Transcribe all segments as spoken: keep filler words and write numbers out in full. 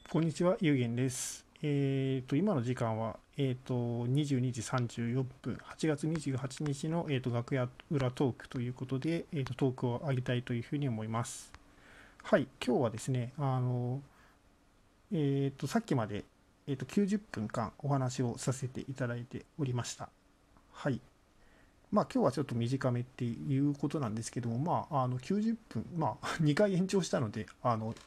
こんにちは、ゆうげんです。えーと、今の時間は、えーと、にじゅうにじさんじゅうよんぷん、はちがつにじゅうはちにちの、えーと、楽屋裏トークということで、えーと、トークを上げたいというふうに思います。はい、今日はですね、あの、えーと、さっきまで、えーと、きゅうじゅっぷんかんお話をさせていただいておりました。はい。まあ今日はちょっと短めっていうことなんですけども、まあ、あのきゅうじゅっぷん、まあにかい延長したので、あの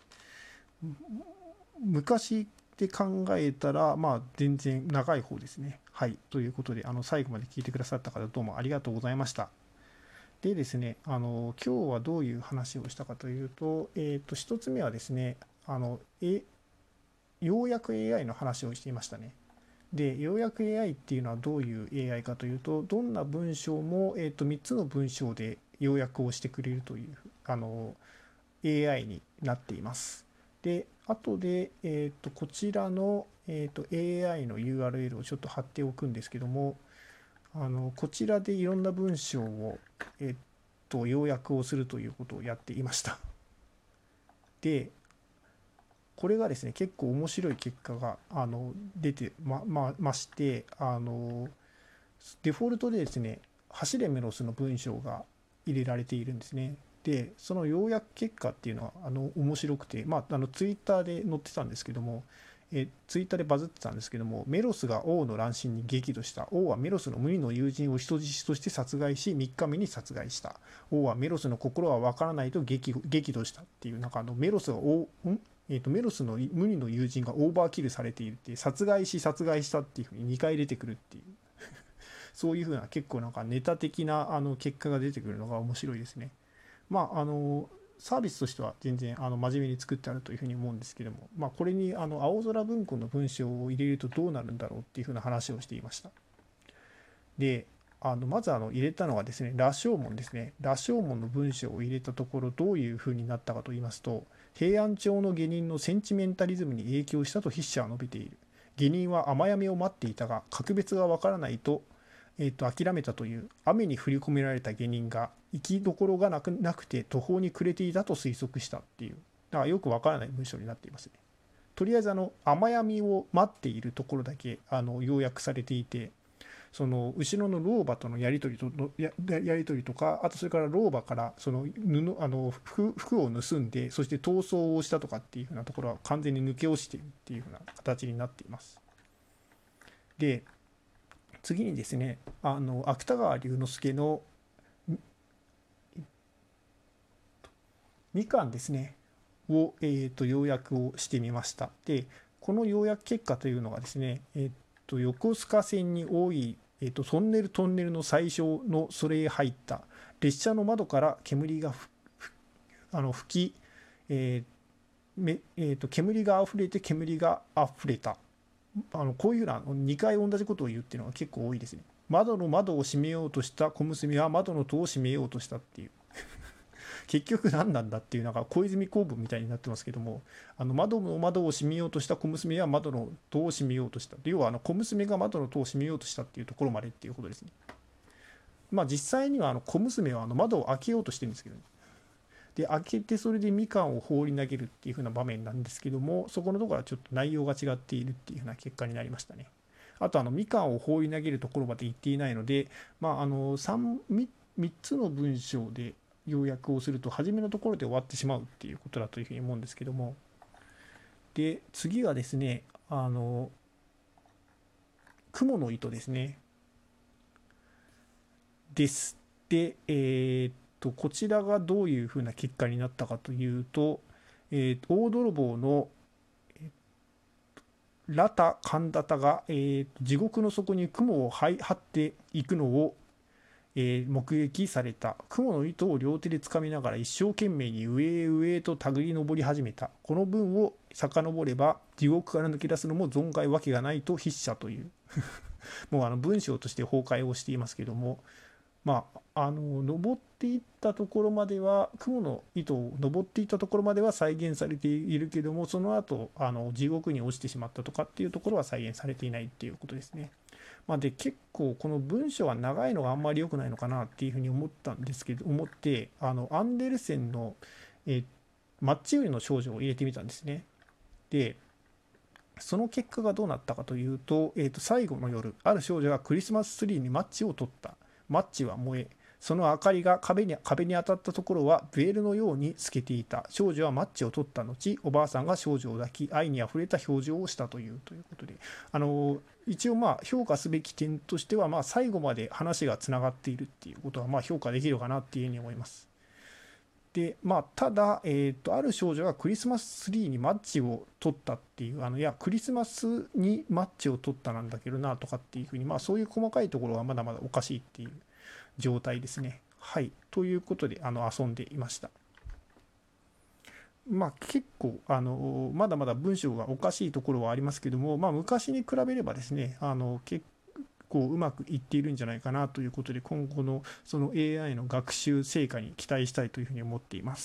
昔で考えたら、まあ、全然長い方ですね。はい。ということで、あの、最後まで聞いてくださった方、どうもありがとうございました。でですね、あの、今日はどういう話をしたかというと、えっと、一つ目はですね、あの、え、ようやく エーアイ の話をしていましたね。で、ようやく エーアイ っていうのはどういう エーアイ かというと、どんな文章も、えっと、みっつの文章で要約をしてくれるという、あの、エーアイ になっています。で、後で、えっと、こちらの、えっと、エーアイ の ユーアールエル をちょっと貼っておくんですけども、あの、こちらでいろんな文章を、えっと、要約をするということをやっていました。で、これがですね、結構面白い結果が、あの、出てま、ま、まして、あの、デフォルトでですね、走れメロスの文章が入れられているんですね。で、その要約結果っていうのはあの面白くて、まあ、あのツイッターで載ってたんですけども、えツイッターでバズってたんですけども、メロスが王の乱心に激怒した。王はメロスの無二の友人を人質として殺害し、みっかめに殺害した。王はメロスの心はわからないと激激怒したっていう、なんかあのメロスが王、んえー、とメロスの無二の友人がオーバーキルされているっていう、殺害し殺害したっていうふうににかい出てくるっていう、そういうふうな結構なんかネタ的なあの結果が出てくるのが面白いですね。まああのサービスとしては全然あの真面目に作ってあるというふうに思うんですけども、まあ、これにあの青空文庫の文章を入れるとどうなるんだろうっていうふうな話をしていました。で、あのまずあの入れたのはですね、羅生門ですね。羅生門の文章を入れたところどういうふうになったかと言いますと、平安朝の下人のセンチメンタリズムに影響したと筆者は述べている。下人は雨止みを待っていたが、格別がわからないとえー、と諦めたという雨に振り込められた下人が生きどころがなくなくて途方に暮れていたと推測したっていう、だからよくわからない文章になっていますね。とりあえずあの雨止みを待っているところだけあの要約されていて、その後ろの老婆とのやり取りとのややり取りとか、あとそれから老婆からその布あの服服を盗んでそして逃走をしたとかっていうふうなところは完全に抜け落ちているっていうふうな形になっています。で、次にですね、あの芥川龍之介のみかんですね、を、えーと、要約をしてみました。で、この要約結果というのがですね、えーと、横須賀線に多い、えーと、トンネルトンネルの最初のそれへ入った、列車の窓から煙があの吹き、えーめえーと、煙が溢れて煙が溢れた。あのこういうのはにかい同じことを言うっていうのが結構多いですね。窓の窓を閉めようとした小娘は窓の戸を閉めようとしたっていう、結局何なんだっていう、なんか小泉公文みたいになってますけども、あの窓の窓を閉めようとした小娘は窓の戸を閉めようとした、要はあの小娘が窓の戸を閉めようとしたっていうところまでっていうことですね。まあ実際にはあの小娘はあの窓を開けようとしてるんですけどね。で開けてそれでみかんを放り投げるっていう風な場面なんですけども、そこのところはちょっと内容が違っているっていう風な結果になりましたね。あとあのみかんを放り投げるところまで言っていないので、まああの 3, 3, 3つの文章で要約をすると初めのところで終わってしまうっていうことだというふうに思うんですけども、で次はですね、あの雲の糸ですね。です。で、えーっとこちらがどういうふうな結果になったかというと、えー、大泥棒のラタ・カンダタが、えー、地獄の底に雲を這い張っていくのを、えー目撃された。雲の糸を両手で掴みながら一生懸命に上へ上へと手繰り登り始めた。この文を遡れば地獄から抜け出すのも存外わけがないと筆者という、もうあの文章として崩壊をしていますけども、まあ、あの登っていったところまでは雲の糸を登っていったところまでは再現されているけども、その後あの地獄に落ちてしまったとかっていうところは再現されていないっていうことですね。まあ、で結構この文章は長いのがあんまり良くないのかなっていうふうに思ったんですけど思ってあのアンデルセンの、えーマッチ売りの少女を入れてみたんですね。でその結果がどうなったかというと、えー、と最後の夜、ある少女がクリスマスツリーにマッチを取った。マッチは燃え、その明かりが壁に壁に当たったところはベールのように透けていた。少女はマッチを取った後、おばあさんが少女を抱き、愛にあふれた表情をしたというということで、あの一応まあ評価すべき点としては、まあ最後まで話がつながっているっていうことはまあ評価できるかなっていうふうに思います。でまあ、ただ、えーと、ある少女がクリスマスツリーにマッチを取ったっていう、あのいや、クリスマスにマッチを取ったなんだけどなとかっていうふうに、まあ、そういう細かいところはまだまだおかしいっていう状態ですね。はい。ということで、あの遊んでいました。まあ、結構あの、まだまだ文章がおかしいところはありますけども、まあ、昔に比べればですね、あの結構うまくいっているんじゃないかなということで、今後のその エーアイ の学習成果に期待したいというふうに思っています。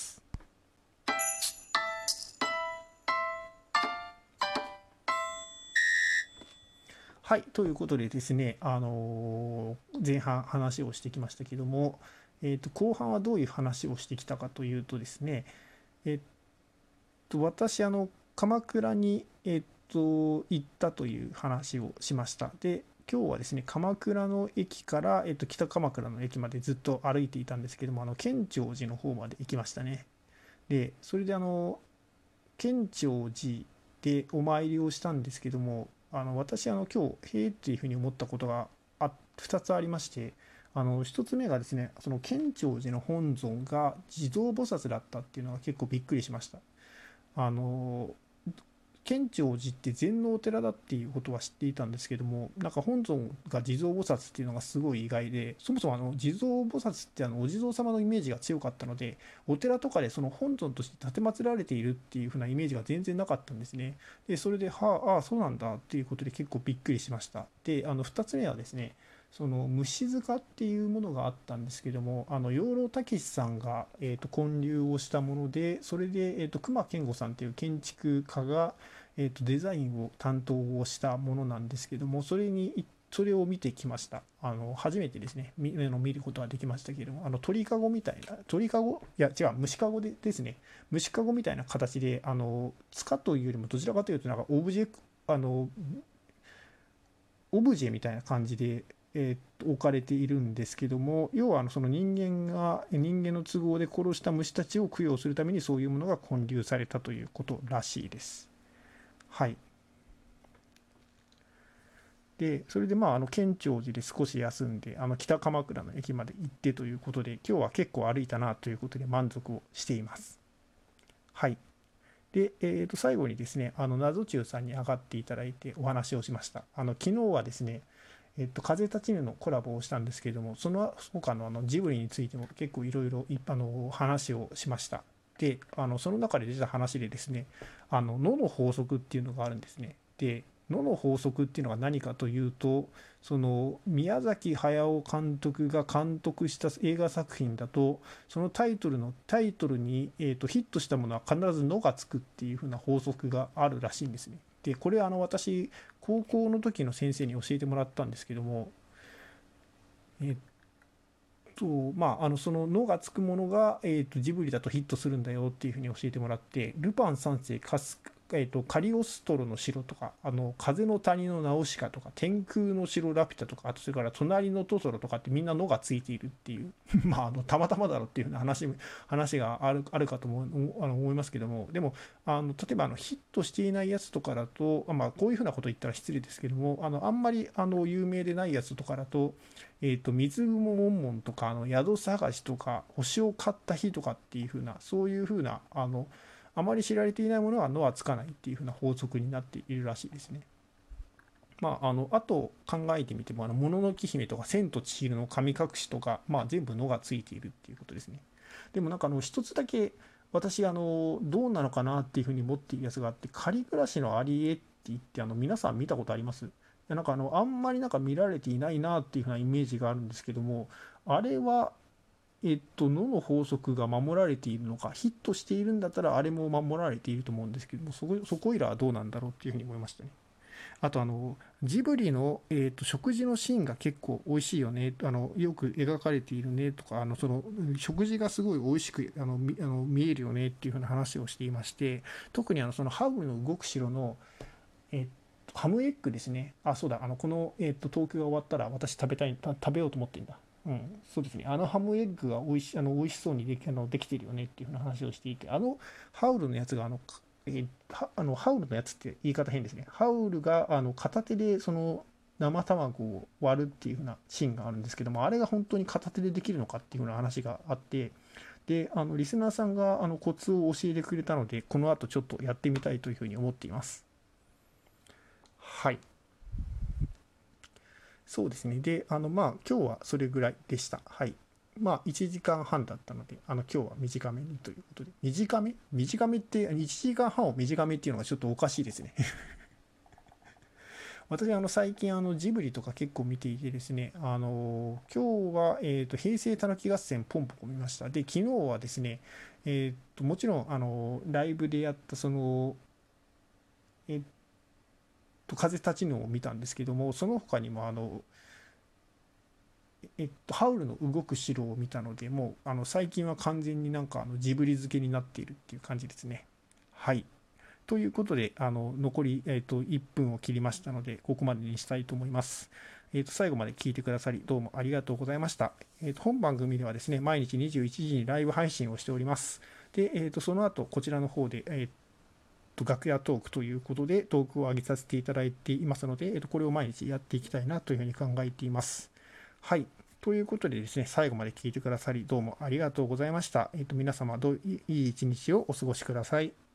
はい、ということでですね、あのー前半話をしてきましたけども、えーと、後半はどういう話をしてきたかというとですね、えっと、私、あの、鎌倉に、えっと、行ったという話をしました。で、今日はですね、鎌倉の駅から、えっと、北鎌倉の駅までずっと歩いていたんですけども、あの、建長寺の方まで行きましたね。で、それであの、建長寺でお参りをしたんですけども、あの私あの今日へえっていうふうに思ったことがあふたつありまして、あのひとつめがですね、その建長寺の本尊が地蔵菩薩だったっていうのが結構びっくりしました。あの建長寺って禅のお寺だっていうことは知っていたんですけども、なんか本尊が地蔵菩薩っていうのがすごい意外で、そもそもあの地蔵菩薩ってあのお地蔵様のイメージが強かったので、お寺とかでその本尊として立て祀られているっていう風なイメージが全然なかったんですね。で、それで、はあ、ああ、そうなんだっていうことで結構びっくりしました。で、あのふたつめはですね、その虫塚っていうものがあったんですけども、あの養老孟司さんが、えー、と建立をしたもので、それで、えー、と隈研吾さんっていう建築家が、えー、とデザインを担当をしたものなんですけども、それにそれを見てきました。あの初めてですね見、見ることができましたけども、あの鳥かごみたいな、鳥かごいや違う、虫かごでですね、虫かごみたいな形で、あの塚というよりもどちらかというと、なんかオブジェ、あのオブジェみたいな感じで、えー、置かれているんですけども、要はあのその人間が人間の都合で殺した虫たちを供養するためにそういうものが建立されたということらしいです。はい。で、それでまあ、あの県庁寺で少し休んで、あの北鎌倉の駅まで行ってということで、今日は結構歩いたなということで満足をしています。はい。で、えー、と最後にですね、あの謎中さんに上がっていただいてお話をしました。あの昨日はですね、えっと、風立ちぬのコラボをしたんですけれども、その他のあのジブリについても結構いろいろ話をしました。で、あのその中で出た話でですね、あの野の法則っていうのがあるんですね。で、野の法則っていうのが何かというと、その宮崎駿監督が監督した映画作品だと、そのタイトルのタイトルに、えー、とヒットしたものは必ず野がつくっていう風な法則があるらしいんですね。で、これあの私高校の時の先生に教えてもらったんですけども、えっとまあ、あのその「の」がつくものが、えっとジブリだとヒットするんだよっていうふうに教えてもらって、ルパン三世カス、えっとカリオストロの城とか、あの風の谷のナウシカとか、天空の城ラピュタとか、あとそれから隣のトトロとかってみんな「の」がついているっていうまああのたまたまだろっていうふうな話話があるあるかと思うあの思いますけども、でもあの例えばあのヒットしていないやつとかだと、まあ、こういうふうなこと言ったら失礼ですけども、あのあんまりあの有名でないやつとかだと、えーと、水雲もんもんとか、あの宿探しとか、星を買った日とかっていう風な、そういう風な、あの、あまり知られていないものは「の」はつかないっていう風な法則になっているらしいですね。まあ、あの、あと考えてみても、あの、もののけ姫とか、千と千尋の神隠しとか、まあ、全部「の」がついているっていうことですね。でもなんかあの、一つだけ、私、あの、どうなのかなっていう風に持っているやつがあって、仮暮らしのアリエって言って、あの、皆さん見たことあります？なんかあの、あんまりなんか見られていないなっていう風なイメージがあるんですけども、あれは、えっと、のの法則が守られているのか、ヒットしているんだったらあれも守られていると思うんですけども、そこそこいらはどうなんだろうっていうふうに思いましたね。あとあの、ジブリの、えー、と食事のシーンが結構美味しいよね、あのよく描かれているねとか、あのその食事がすごい美味しくあのみあの見えるよねっていうふうな話をしていまして、特にあのそのハウルの動く城のえっと、ハムエッグですね。あ、そうだ、あの、この、えっと、トークが終わったら私食べたい、た食べようと思ってるんだ。うん、そうですね。あのハムエッグが美味し、あの、美味しそうにでき、あの、できてるよねっていうふうな話をしていて、あの、ハウルのやつが、あの、かえーはあのハウルのやつって言い方変ですね。ハウルが、あの、片手で、その、生卵を割るっていう風なシーンがあるんですけども、あれが本当に片手でできるのかっていう風な話があって、で、あのリスナーさんがあのコツを教えてくれたので、この後ちょっとやってみたいというふうに思っています。はい。そうですね。で、あの、まあ、今日はそれぐらいでした。はい。まあ、いちじかんはんだったので、あの、今日は短めにということで。短め短めって、いちじかんはんを短めっていうのがちょっとおかしいですね。私、あの、最近、あの、ジブリとか結構見ていてですね、あの、今日は、えっと、平成たぬき合戦ポンポコ見ました。で、昨日はですね、えっと、もちろん、あの、ライブでやった、その、えっと、風立ちぬを見たんですけども、その他にも、あの、えっと、ハウルの動く城を見たので、もう、あの、最近は完全になんか、あの、ジブリ漬けになっているっていう感じですね。はい。ということで、あの、残り、えっと、いっぷんを切りましたので、ここまでにしたいと思います。えっと、最後まで聞いてくださり、どうもありがとうございました。えっと、本番組ではですね、毎日にじゅういちじにライブ配信をしております。で、えっと、その後、こちらの方で、えっと、楽屋トークということで、トークを上げさせていただいていますので、えっと、これを毎日やっていきたいなというふうに考えています。はい。ということでですね、最後まで聞いてくださり、どうもありがとうございました。えっと、皆様、どういい一日をお過ごしください。